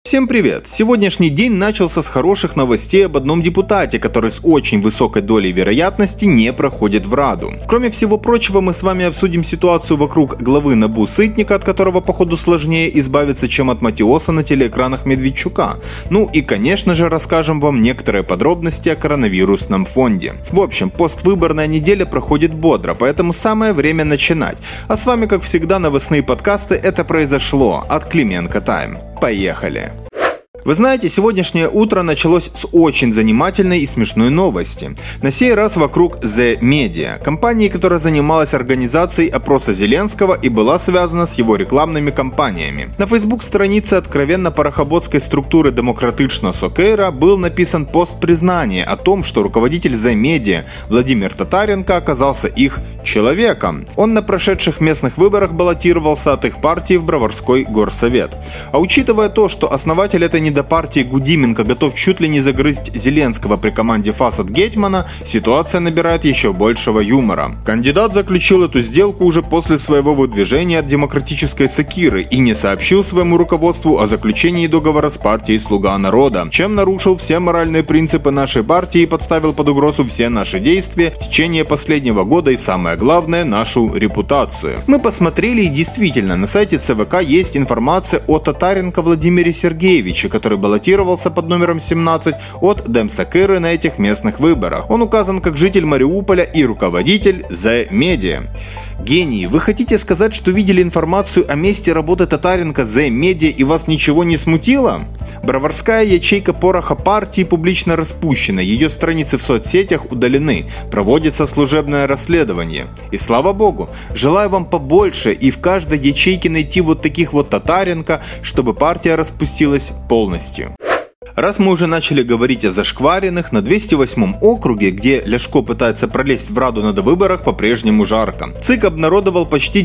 Всем привет! Сегодняшний день начался с хороших новостей об одном депутате, который с очень высокой долей вероятности не проходит в Раду. Кроме всего прочего, мы с вами обсудим ситуацию вокруг главы НАБУ Сытника, от которого походу сложнее избавиться, чем от Матиоса на телеэкранах Медведчука. Ну и конечно же расскажем вам некоторые подробности о коронавирусном фонде. В общем, поствыборная неделя проходит бодро, поэтому самое время начинать. А с вами как всегда новостные подкасты «Это произошло» от Клименко Тайм. Поехали! Вы знаете, сегодняшнее утро началось с очень занимательной и смешной новости. На сей раз вокруг The Media, компании, которая занималась организацией опроса Зеленского и была связана с его рекламными кампаниями. На Facebook-странице откровенно парохоботской структуры «Демократична Сокира» был написан пост признания о том, что руководитель The Media Владимир Татаренко оказался их человеком. Он на прошедших местных выборах баллотировался от их партии в Броварской горсовет. А учитывая то, что основатель этой недопартии Гудименко готов чуть ли не загрызть Зеленского при команде ФАС от Гетмана, ситуация набирает еще большего юмора. Кандидат заключил эту сделку уже после своего выдвижения от демократической Сокиры и не сообщил своему руководству о заключении договора с партией «Слуга народа», чем нарушил все моральные принципы нашей партии и подставил под угрозу все наши действия в течение последнего года и, самое главное, нашу репутацию. Мы посмотрели, и действительно, на сайте ЦВК есть информация о Татаренко Владимире Сергеевиче, который баллотировался под номером 17 от Демсокиры на этих местных выборах. Он указан как житель Мариуполя и руководитель The Media. Гении, вы хотите сказать, что видели информацию о месте работы Татаренко The Media и вас ничего не смутило? Броварская ячейка пороха партии публично распущена, ее страницы в соцсетях удалены, проводится служебное расследование. И слава богу, желаю вам побольше и в каждой ячейке найти вот таких вот Татаренко, чтобы партия распустилась полностью. Раз мы уже начали говорить о зашкваренных, на 208-м округе, где Ляшко пытается пролезть в Раду на довыборах, по-прежнему жарко. ЦИК обнародовал почти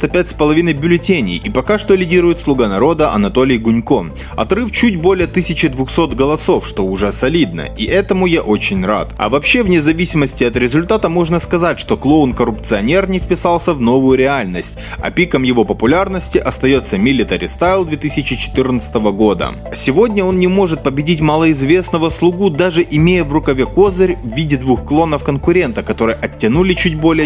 95,5 бюллетеней, и пока что лидирует «Слуга народа» Анатолий Гунько. Отрыв чуть более 1200 голосов, что уже солидно, и этому я очень рад. А вообще, вне зависимости от результата, можно сказать, что клоун-коррупционер не вписался в новую реальность, а пиком его популярности остается Military Style 2014 года. Сегодня он не может победить малоизвестного слугу, даже имея в рукаве козырь в виде двух клонов конкурента, которые оттянули чуть более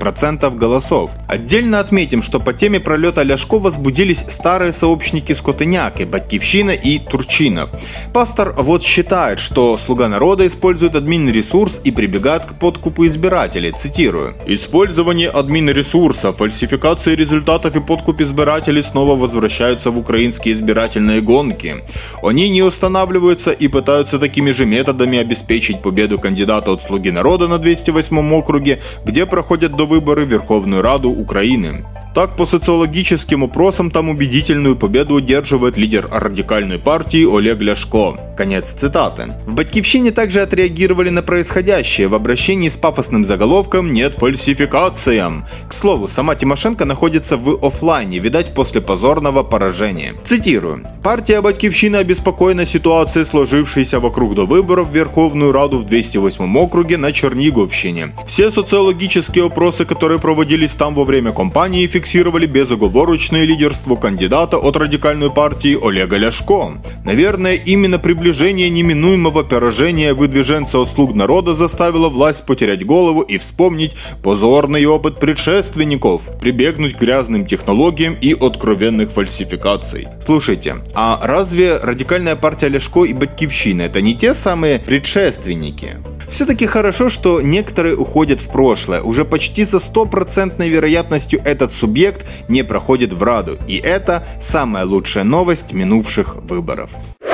4% голосов. Отдельно отметим, что по теме пролета Ляшко возбудились старые сообщники Скотиняки, Батькивщина и Турчинов. Пастор вот считает, что «Слуга народа» использует админ-ресурс и прибегает к подкупу избирателей, цитирую. «Использование админ-ресурса, фальсификация результатов и подкуп избирателей снова возвращаются в украинские избирательные гонки. Они не устанавливаются и пытаются такими же методами обеспечить победу кандидата от «Слуги народа» на 208-м округе, где проходят довыборы в Верховную Раду Украины. Так, по социологическим опросам там убедительную победу одерживает лидер радикальной партии Олег Ляшко». Конец цитаты. В Батькивщине также отреагировали на происходящее в обращении с пафосным заголовком «Нет фальсификациям». К слову, сама Тимошенко находится в офлайне, видать, после позорного поражения. Цитирую. «Партия Батькивщина обеспокоена ситуацией, сложившейся вокруг довыборов в Верховную Раду в 208 округе на Черниговщине. Все социологические опросы, которые проводились там во время кампании, фиксировали безоговорочное лидерство кандидата от радикальной партии Олега Ляшко. Наверное, именно приближение неминуемого поражения выдвиженца от «Слуг народа» заставило власть потерять голову и вспомнить позорный опыт предшественников, прибегнуть к грязным технологиям и откровенных фальсификаций». Слушайте, а разве радикальная партия Ляшко и Батькивщина — это не те самые предшественники? Все-таки хорошо, что некоторые уходят в прошлое. Уже почти со 100% вероятностью этот субъект не проходит в Раду. И это самая лучшая новость минувших выборов.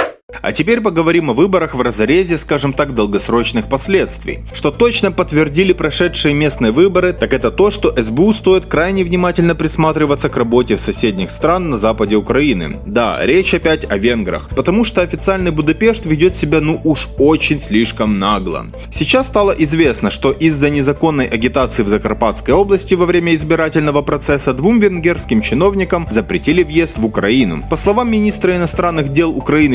А теперь поговорим о выборах в разрезе, скажем так, долгосрочных последствий. Что точно подтвердили прошедшие местные выборы, так это то, что СБУ стоит крайне внимательно присматриваться к работе в соседних стран на западе Украины. Да, речь опять о венграх, потому что официальный Будапешт ведет себя ну уж очень слишком нагло. Сейчас стало известно, что из-за незаконной агитации в Закарпатской области во время избирательного процесса 2 венгерским чиновникам запретили въезд в Украину. По словам министра иностранных дел Украины Дмитрия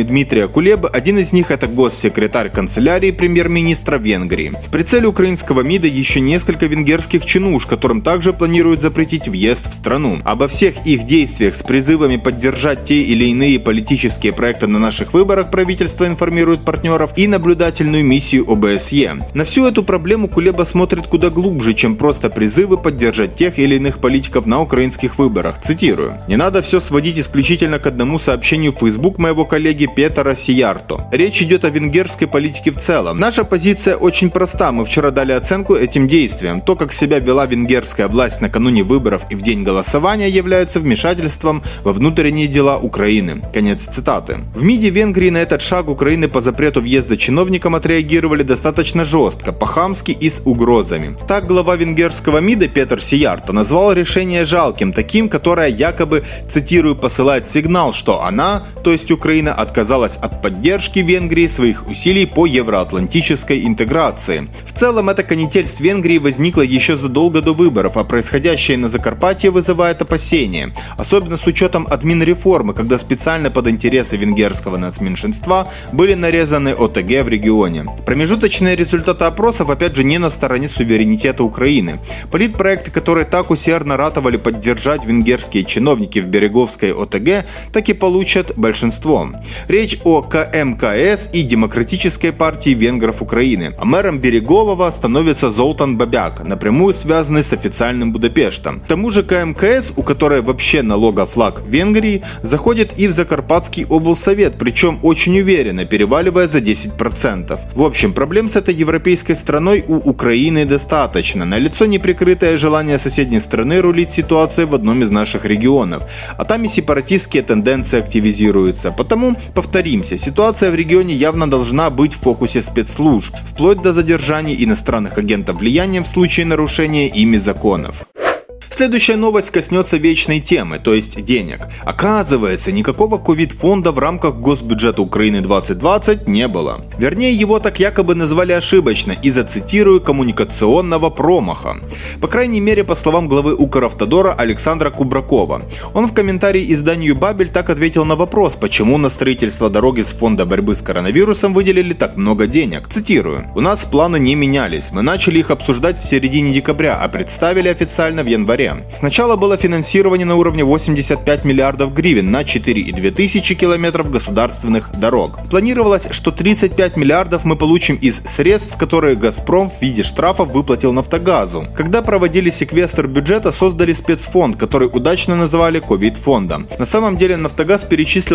Юрия Кулебы, один из них — это госсекретарь канцелярии премьер-министра Венгрии. В прицеле украинского МИДа еще несколько венгерских чинуш, которым также планируют запретить въезд в страну. Обо всех их действиях с призывами поддержать те или иные политические проекты на наших выборах правительство информирует партнеров и наблюдательную миссию ОБСЕ. На всю эту проблему Кулеба смотрит куда глубже, чем просто призывы поддержать тех или иных политиков на украинских выборах. Цитирую: «Не надо все сводить исключительно к одному сообщению в Facebook моего коллеги Петера Сиярто. Речь идет о венгерской политике в целом. Наша позиция очень проста. Мы вчера дали оценку этим действиям. То, как себя вела венгерская власть накануне выборов и в день голосования, является вмешательством во внутренние дела Украины». Конец цитаты. В МИДе Венгрии на этот шаг Украины по запрету въезда чиновникам отреагировали достаточно жестко, по-хамски и с угрозами. Так глава венгерского МИДа Петер Сиярто назвал решение жалким, таким, которое якобы, цитирую, посылает сигнал, что она, то есть Украина, отказалась от поддержки Венгрии своих усилий по евроатлантической интеграции. В целом, эта канитель с Венгрией возникла еще задолго до выборов, а происходящее на Закарпатье вызывает опасения, особенно с учетом админреформы, когда специально под интересы венгерского нацменьшинства были нарезаны ОТГ в регионе. Промежуточные результаты опросов, опять же, не на стороне суверенитета Украины. Политпроекты, которые так усердно ратовали поддержать венгерские чиновники в Береговской ОТГ, так и получат большинство. Речь о КМКС и Демократической партии венгров Украины. А мэром Берегового становится Золтан Бабяк, напрямую связанный с официальным Будапештом. К тому же КМКС, у которой вообще налогофлаг Венгрии, заходит и в Закарпатский облсовет, причем очень уверенно, переваливая за 10%. В общем, проблем с этой европейской страной у Украины достаточно. Налицо неприкрытое желание соседней страны рулить ситуацией в одном из наших регионов. А там и сепаратистские тенденции активизируются. Потому, повторимся, ситуация в регионе явно должна быть в фокусе спецслужб, вплоть до задержания иностранных агентов влияния в случае нарушения ими законов. Следующая новость коснется вечной темы, то есть денег. Оказывается, никакого ковид-фонда в рамках Госбюджета Украины 2020 не было. Вернее, его так якобы назвали ошибочно из-за, цитирую, коммуникационного промаха. По крайней мере, по словам главы Укравтодора Александра Кубракова. Он в комментарии изданию «Бабель» так ответил на вопрос, почему на строительство дороги с фонда борьбы с коронавирусом выделили так много денег. Цитирую: «У нас планы не менялись. Мы начали их обсуждать в середине декабря, а представили официально в январе. Сначала было финансирование на уровне 85 миллиардов гривен на 4,2 тысячи километров государственных дорог. Планировалось, что 35 миллиардов мы получим из средств, которые «Газпром» в виде штрафов выплатил «Нафтогазу». Когда проводили секвестр бюджета, создали спецфонд, который удачно назвали ковид-фондом. На самом деле «Нафтогаз» перечислил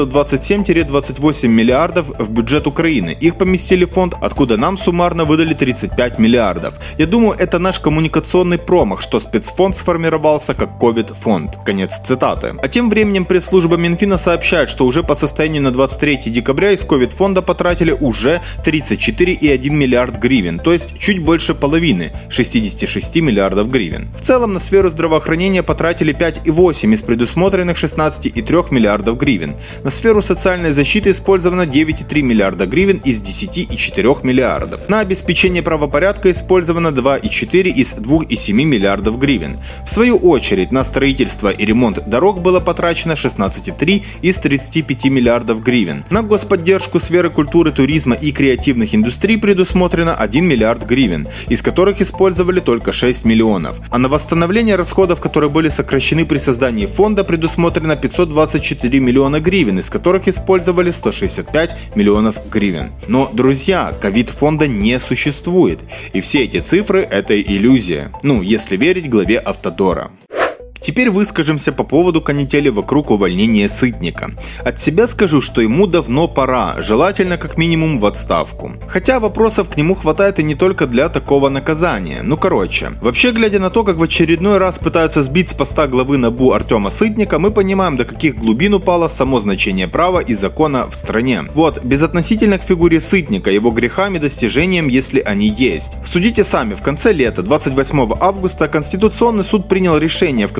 27-28 миллиардов в бюджет Украины. Их поместили в фонд, откуда нам суммарно выдали 35 миллиардов. Я думаю, это наш коммуникационный промах, что спецфонд сформировался как ковид-фонд». Конец цитаты. А тем временем пресс-служба Минфина сообщает, что уже по состоянию на 23 декабря из ковид-фонда потратили уже 34,1 миллиард гривен, то есть чуть больше половины, 66 миллиардов гривен. В целом на сферу здравоохранения потратили 5,8 из предусмотренных 16,3 миллиардов гривен. На сферу социальной защиты использовано 9,3 миллиарда гривен из 10,4 миллиардов. На обеспечение правопорядка использовано 2,4 из 2,7 миллиардов гривен. В свою очередь, на строительство и ремонт дорог было потрачено 16,3 из 35 миллиардов гривен. На господдержку сферы культуры, туризма и креативных индустрий предусмотрено 1 миллиард гривен, из которых использовали только 6 миллионов. А на восстановление расходов, которые были сокращены при создании фонда, предусмотрено 524 миллиона гривен, из которых использовали 165 миллионов гривен. Но, друзья, ковид-фонда не существует. И все эти цифры – это иллюзия. Ну, если верить главе Автодора. Теперь выскажемся по поводу канители вокруг увольнения Сытника. От себя скажу, что ему давно пора, желательно как минимум в отставку. Хотя вопросов к нему хватает и не только для такого наказания. Ну короче, вообще глядя на то, как в очередной раз пытаются сбить с поста главы НАБУ Артема Сытника, мы понимаем, до каких глубин упало само значение права и закона в стране. Вот, безотносительно к фигуре Сытника, его грехам и достижениям, если они есть. Судите сами, в конце лета, 28 августа, Конституционный суд принял решение, в котором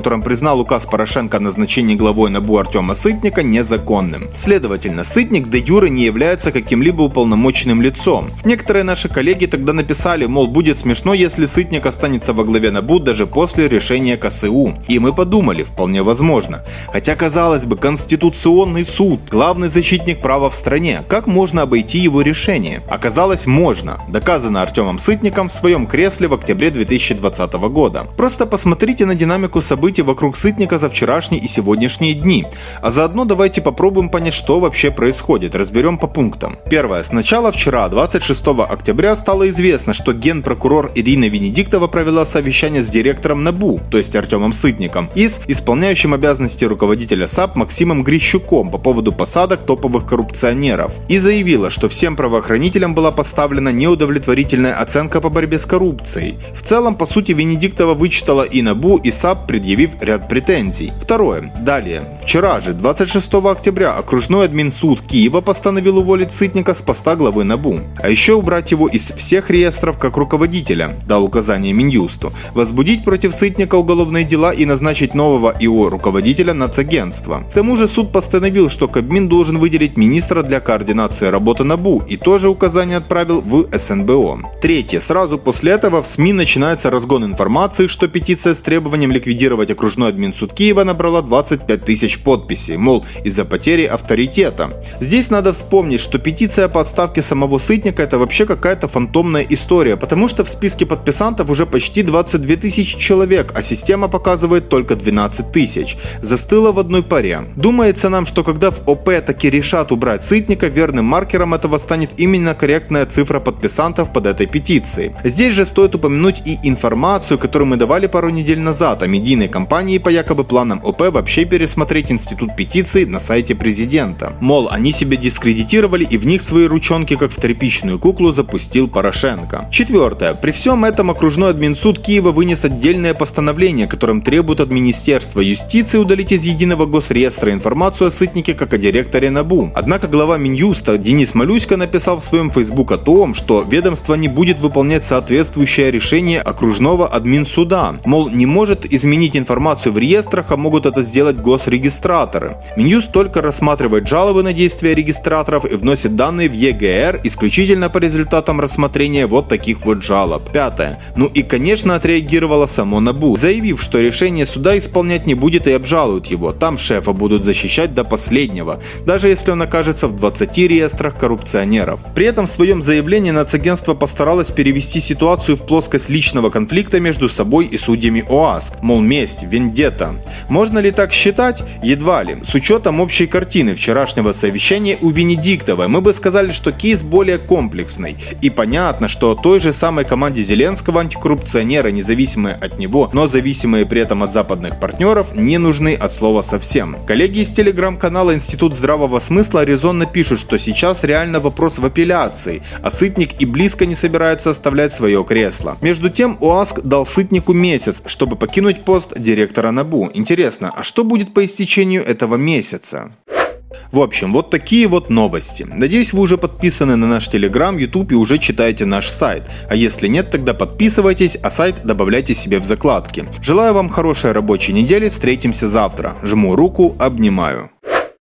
котором признал указ Порошенко о назначении главой НАБУ Артема Сытника незаконным. Следовательно, Сытник де юре не является каким-либо уполномоченным лицом. Некоторые наши коллеги тогда написали, мол, будет смешно, если Сытник останется во главе НАБУ даже после решения КСУ. И мы подумали, вполне возможно. Хотя, казалось бы, Конституционный суд, главный защитник права в стране, как можно обойти его решение? Оказалось, можно. Доказано Артемом Сытником в своем кресле в октябре 2020 года. Просто посмотрите на динамику событий вокруг Сытника за вчерашние и сегодняшние дни. А заодно давайте попробуем понять, что вообще происходит. Разберем по пунктам. Первое. Сначала вчера, 26 октября, стало известно, что генпрокурор Ирина Венедиктова провела совещание с директором НАБУ, то есть Артемом Сытником, и с исполняющим обязанности руководителя САП Максимом Грищуком по поводу посадок топовых коррупционеров. И заявила, что всем правоохранителям была поставлена неудовлетворительная оценка по борьбе с коррупцией. В целом, по сути, Венедиктова вычитала и НАБУ, и САП, предъявив ряд претензий. Второе. Далее. Вчера же, 26 октября, окружной админсуд Киева постановил уволить Сытника с поста главы НАБУ. А еще убрать его из всех реестров как руководителя, дал указание Минюсту, возбудить против Сытника уголовные дела и назначить нового его руководителя нацагентства. К тому же суд постановил, что Кабмин должен выделить министра для координации работы НАБУ и тоже указание отправил в СНБО. Третье. Сразу после этого в СМИ начинается разгон информации, что петиция с требованием ликвидировать окружной админсуд Киева набрала 25 тысяч подписей, мол, из-за потери авторитета. Здесь надо вспомнить, что петиция по отставке самого Сытника — это вообще какая-то фантомная история, потому что в списке подписантов уже почти 22 тысячи человек, а система показывает только 12 тысяч. Застыла в одной паре. Думается нам, что когда в ОП таки решат убрать Сытника, верным маркером этого станет именно корректная цифра подписантов под этой петицией. Здесь же стоит упомянуть и информацию, которую мы давали пару недель назад о медийной кампании по якобы планам ОП вообще пересмотреть институт петиций на сайте президента. Мол, они себя дискредитировали и в них свои ручонки, как в тряпичную куклу, запустил Порошенко. Четвертое. При всем этом окружной админсуд Киева вынес отдельное постановление, которым требует от Министерства юстиции удалить из единого госреестра информацию о Сытнике как о директоре НАБУ. Однако глава Минюста Денис Малюська написал в своем фейсбук о том, что ведомство не будет выполнять соответствующее решение окружного админсуда. Мол, не может изменить информацию в реестрах, а могут это сделать госрегистраторы. Минюст только рассматривает жалобы на действия регистраторов и вносит данные в ЕГР исключительно по результатам рассмотрения вот таких вот жалоб. Пятое. Ну и, конечно, отреагировало само НАБУ, заявив, что решение суда исполнять не будет и обжалуют его. Там шефа будут защищать до последнего, даже если он окажется в 20 реестрах коррупционеров. При этом в своем заявлении нацагентство постаралось перевести ситуацию в плоскость личного конфликта между собой и судьями ОАСК. Мол, месть, вендетта. Можно ли так считать? Едва ли. С учетом общей картины вчерашнего совещания у Венедиктовой мы бы сказали, что кейс более комплексный. И понятно, что той же самой команде Зеленского антикоррупционеры, независимые от него, но зависимые при этом от западных партнеров, не нужны от слова совсем. Коллеги из телеграм-канала Институт здравого смысла резонно пишут, что сейчас реально вопрос в апелляции, а Сытник и близко не собирается оставлять свое кресло. Между тем, ОАСК дал Сытнику месяц, чтобы покинуть пост директора НАБУ. Интересно, а что будет по истечению этого месяца? В общем, вот такие вот новости. Надеюсь, вы уже подписаны на наш Telegram, YouTube и уже читаете наш сайт. А если нет, тогда подписывайтесь, а сайт добавляйте себе в закладки. Желаю вам хорошей рабочей недели, встретимся завтра. Жму руку, обнимаю.